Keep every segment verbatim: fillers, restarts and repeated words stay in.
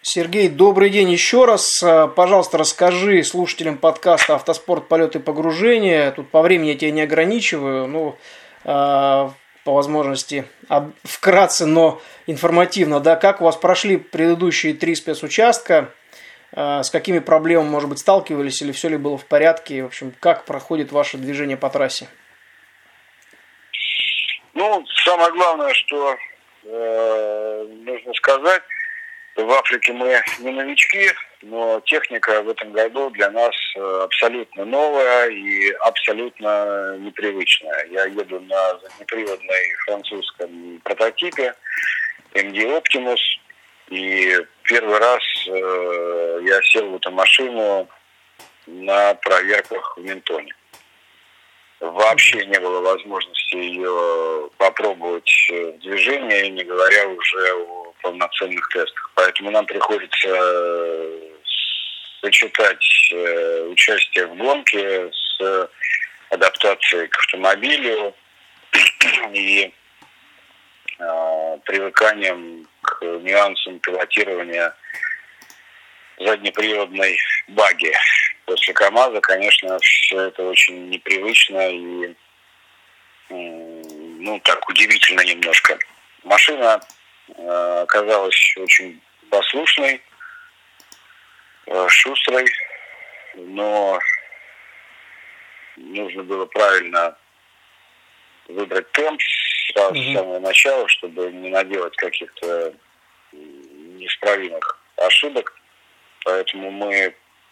Сергей, добрый день еще раз. Пожалуйста, расскажи слушателям подкаста «Автоспорт. Полет и погружение». Тут по времени я тебя не ограничиваю, ну, по возможности вкратце, но информативно, да, как у вас прошли предыдущие три спецучастка, с какими проблемами, может быть, сталкивались, или все ли было в порядке, в общем, как проходит ваше движение по трассе? Ну, самое главное, что э, нужно сказать, в Африке мы не новички, но техника в этом году для нас абсолютно новая и абсолютно непривычная. Я еду на заднеприводной французском прототипе эм ди Optimus, и первый раз э, я сел в эту машину на проверках в Ментоне. Вообще не было возможности ее попробовать в движении, не говоря уже о полноценных тестах. Поэтому нам приходится сочетать участие в гонке с адаптацией к автомобилю и э, привыканием к нюансам пилотирования заднеприводной баги. После КамАЗа, конечно, все это очень непривычно и, ну, так удивительно немножко. Машина э, оказалась очень послушной, э, шустрой, но нужно было правильно выбрать темп сразу mm-hmm. с самого начала, чтобы не наделать каких-то неисправимых ошибок. Поэтому мы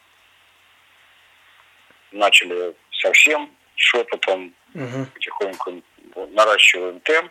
начали совсем шепотом, uh-huh. потихоньку наращиваем темп.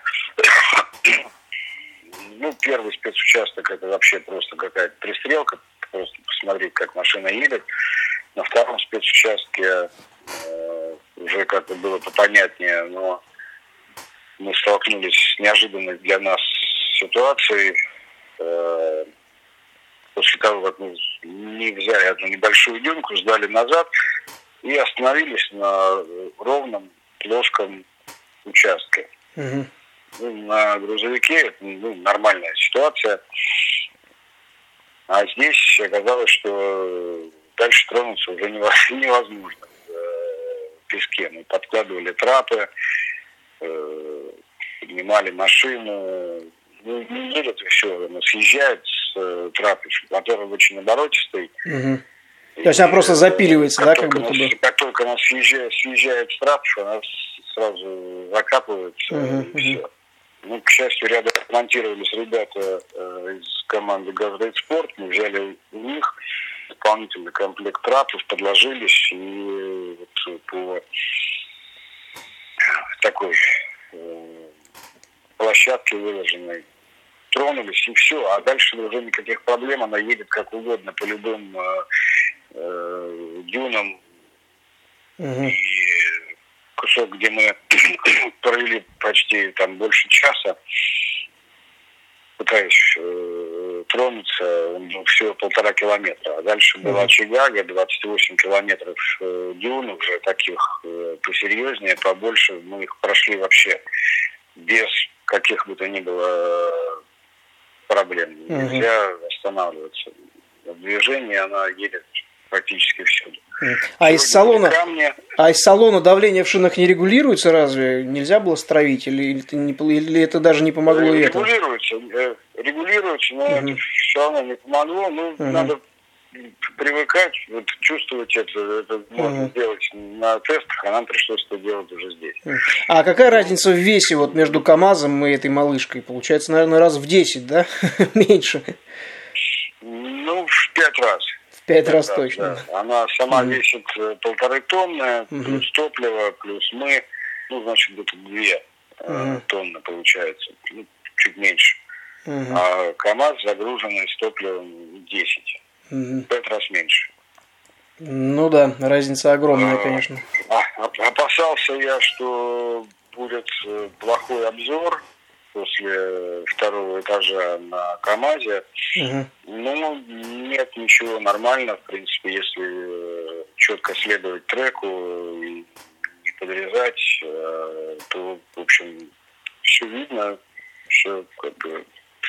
Ну, первый спецучасток это вообще просто какая-то пристрелка, просто посмотреть, как машина едет. На втором спецучастке э, уже как-то было попонятнее, но мы столкнулись с неожиданной для нас ситуацией. Э, после того, как мы не взяли одну небольшую дюнку, сдали назад и остановились на ровном плоском участке. Uh-huh. Ну, на грузовике это ну, нормальная ситуация. А здесь оказалось, что дальше тронуться уже невозможно. В песке мы подкладывали трапы, поднимали машину. Ну, не едет и все, она съезжает с трапа, мотор очень оборотистый. Угу. То есть она просто запиливается, да, как будто она, бы? Как только она съезжает, съезжает с трапа, она сразу закапывается, угу, и все. Угу. Ну, к счастью, рядом монтировались ребята э, из команды «Газрейд Спорт», мы взяли у них дополнительный комплект трапов, подложились, и вот по такой э, площадке выложенной тронулись, и все. А дальше уже никаких проблем, она едет как угодно по любым э, э, дюнам. Угу. И кусок, где мы провели почти там больше часа, пытаясь э, тронуться, он был всего полтора километра. А дальше угу. была Чикаго, двадцать восемь километров э, дюн, уже таких э, посерьезнее, побольше. Мы их прошли вообще без каких бы то ни было проблем. Нельзя uh-huh. останавливаться. В движении она едет практически всюду. Uh-huh. А из салона, камни... а из салона давление в шинах не регулируется разве? Нельзя было стравить? Или, или, это, не, или это даже не помогло? Регулируется, это? регулируется, но uh-huh. это все равно не помогло. Ну, uh-huh. надо привыкать, вот, чувствовать это. Это можно uh-huh. сделать на тестах, а нам пришлось это делать уже здесь. Uh-huh. А какая разница в весе вот между КамАЗом и этой малышкой? Получается, наверное, раз в десять, да? Меньше. Ну, в пять раз. В пять раз, раз точно. Да. Она сама uh-huh. весит полторы тонны, uh-huh. плюс топливо, плюс мы, ну, значит, где-то две uh-huh. тонны получается, ну, чуть меньше. Uh-huh. А КамАЗ загруженный с топливом десять. В пять раз меньше. Ну да, разница огромная, а, конечно. А, опасался я, что будет плохой обзор после второго этажа на КамАЗе. Угу. Ну, нет, ничего, нормально. В принципе, если четко следовать треку и не подрезать, то, в общем, все видно, все как бы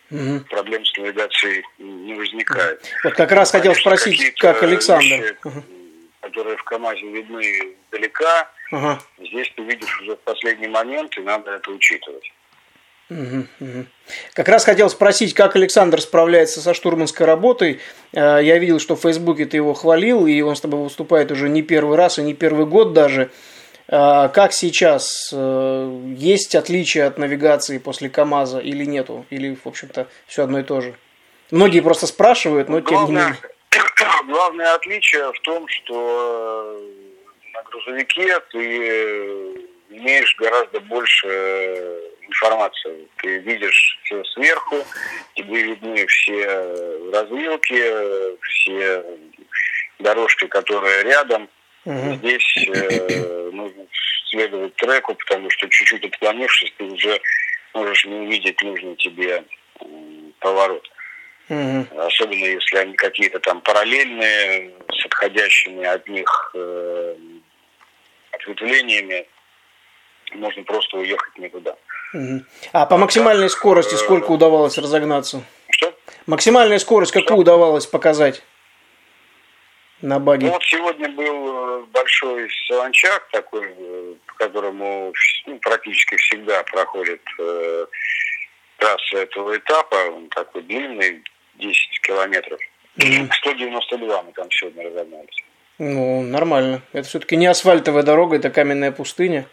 угу. проблем с навигацией не возникает. Вот как раз ну, хотел спросить, как Александр. Вещи, угу. которые в КамАЗе видны издалека, угу. здесь ты видишь уже в последний момент, и надо это учитывать. Угу, угу. Как раз хотел спросить, как Александр справляется со штурманской работой. Я видел, что в Фейсбуке ты его хвалил, и он с тобой выступает уже не первый раз и не первый год даже. Как сейчас? Есть отличия от навигации после КамАЗа или нету? Или, в общем-то, все одно и то же? Многие просто спрашивают, но главное, тем не менее. Главное отличие в том, что на грузовике ты имеешь гораздо больше информации. Ты видишь все сверху, тебе видны все развилки, все дорожки, которые рядом. Uh-huh. Здесь э, нужно следовать треку, потому что чуть-чуть отклонившись, ты уже можешь не увидеть нужный тебе э, поворот. Uh-huh. Особенно если они какие-то там параллельные, с отходящими от них э, ответвлениями, можно просто уехать никуда. Uh-huh. А по максимальной скорости сколько удавалось разогнаться? Что? Максимальная скорость какую Что? удавалось показать? На баге. Ну, вот сегодня был большой солончак такой, по которому ну, практически всегда проходит э, трасса этого этапа. Он такой длинный, десять километров. Mm-hmm. сто девяносто два мы там сегодня разогнались. Ну, нормально. Это все-таки не асфальтовая дорога, это каменная пустыня.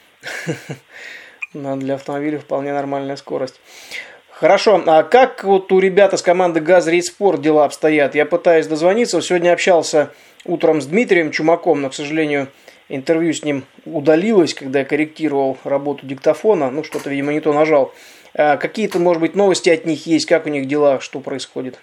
Но для автомобиля вполне нормальная скорость. Хорошо, а как вот у ребят из команды «ГАЗ-Рейд-Спорт» дела обстоят? Я пытаюсь дозвониться, сегодня общался утром с Дмитрием Чумаком, но, к сожалению, интервью с ним удалилось, когда я корректировал работу диктофона, ну, что-то, видимо, не то нажал. А какие-то, может быть, новости от них есть, как у них дела, что происходит?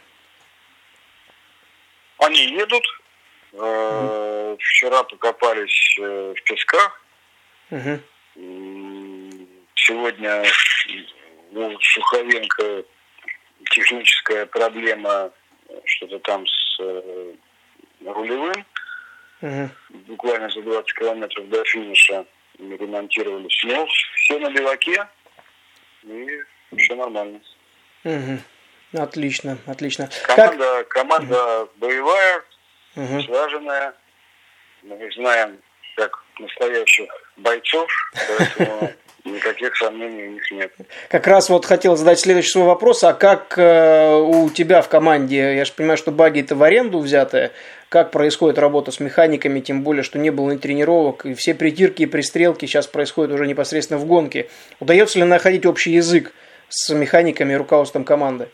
Они едут, mm-hmm. вчера покопались в песках, mm-hmm. сегодня... У Суховенко техническая проблема, что-то там с э, рулевым. Uh-huh. Буквально за двадцать километров до финиша мы ремонтировались. Но все на леваке, и все нормально. Uh-huh. Отлично, отлично. Команда, как... команда uh-huh. боевая, uh-huh. слаженная. Мы их знаем как настоящих бойцов, поэтому... Никаких сомнений у них нет. Как раз вот хотел задать следующий свой вопрос. А как э, у тебя в команде, я же понимаю, что баги это в аренду взятые, как происходит работа с механиками, тем более, что не было ни тренировок, и все притирки и пристрелки сейчас происходят уже непосредственно в гонке. Удается ли находить общий язык с механиками и руководством команды?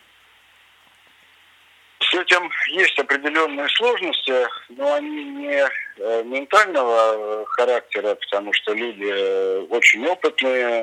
С этим есть определенные сложности, но они не ментального характера, потому что люди очень опытные,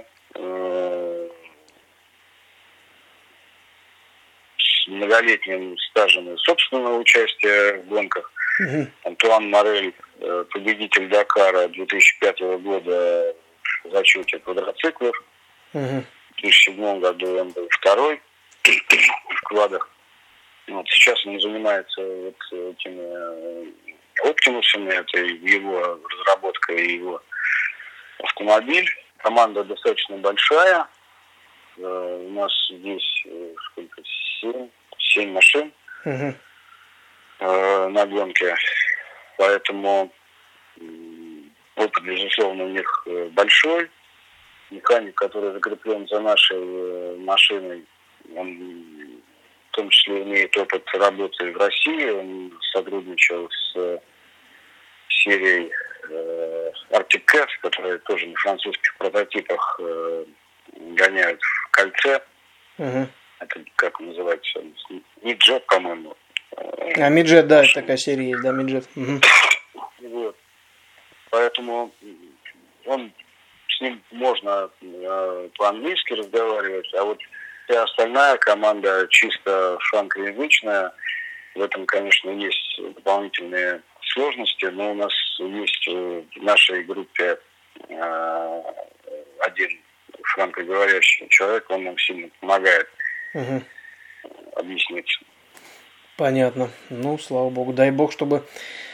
с многолетним стажем собственного участия в гонках. Mm-hmm. Антуан Морель, победитель Дакара две тысячи пятого года в зачете квадроциклов. Mm-hmm. В две тысячи седьмом году он был второй в квадах. Вот сейчас он занимается вот этими оптимусами, это его разработка и его автомобиль. Команда достаточно большая. У нас здесь сколько? Семь, семь машин uh-huh. на гонке. Поэтому опыт, безусловно, у них большой. Механик, который закреплен за нашей машиной, он в том числе имеет опыт работы в России. Он сотрудничал с серией э, Arctic Cat, которая тоже на французских прототипах э, гоняют в кольце. Uh-huh. Это как он называется? Миджет, по-моему. А Миджет, да, это такая серия есть, да, Миджет. Uh-huh. Вот. Поэтому он, с ним можно э, по-английски разговаривать, а вот вся остальная команда чисто франкоязычная. В этом, конечно, есть дополнительные сложности, но у нас есть в нашей группе э, один франкоговорящий человек, он нам сильно помогает угу. объясниться. Понятно. Ну, слава богу. Дай бог, чтобы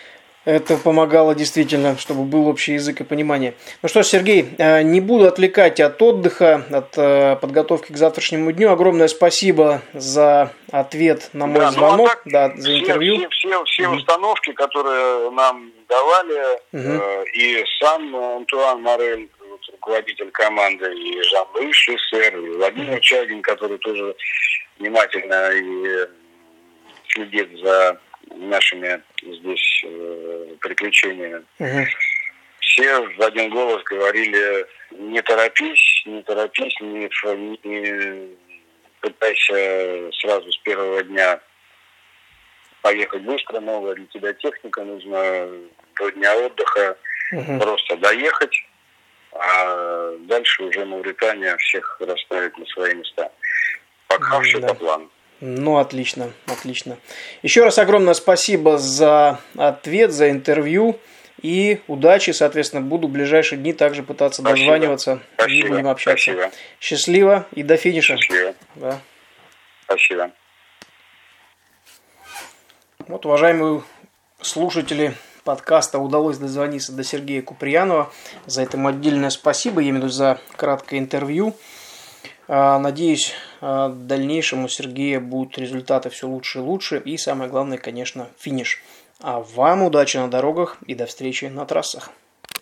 Это помогало действительно, чтобы был общий язык и понимание. Ну что ж, Сергей, не буду отвлекать от отдыха, от подготовки к завтрашнему дню. Огромное спасибо за ответ на мой да, звонок, ну, а так, да, за все, интервью. Все, все, все mm-hmm. установки, которые нам давали, mm-hmm. э, и сам Антуан Морель, вот, руководитель команды, и Жан-Луи Шессер, и Владимир mm-hmm. Чагин, который тоже внимательно и следит за нашими здесь э, приключениями. Uh-huh. Все в один голос говорили: не торопись, не торопись, не, не пытайся сразу с первого дня поехать быстро, новая для тебя техника, нужно до дня отдыха uh-huh. просто доехать, а дальше уже Мавритания всех расставит на свои места. Пока uh-huh, все да. по плану. Ну, отлично, отлично. Еще раз огромное спасибо за ответ, за интервью. И удачи, соответственно, буду в ближайшие дни также пытаться спасибо. дозваниваться. Спасибо. И будем общаться. Спасибо. Счастливо и до финиша. Счастливо. Да. Спасибо. Вот, уважаемые слушатели подкаста, удалось дозвониться до Сергея Куприянова. За это ему отдельное спасибо, я имею в виду за краткое интервью. Надеюсь, в дальнейшем у Сергея будут результаты все лучше и лучше. И самое главное, конечно, финиш. А вам удачи на дорогах и до встречи на трассах.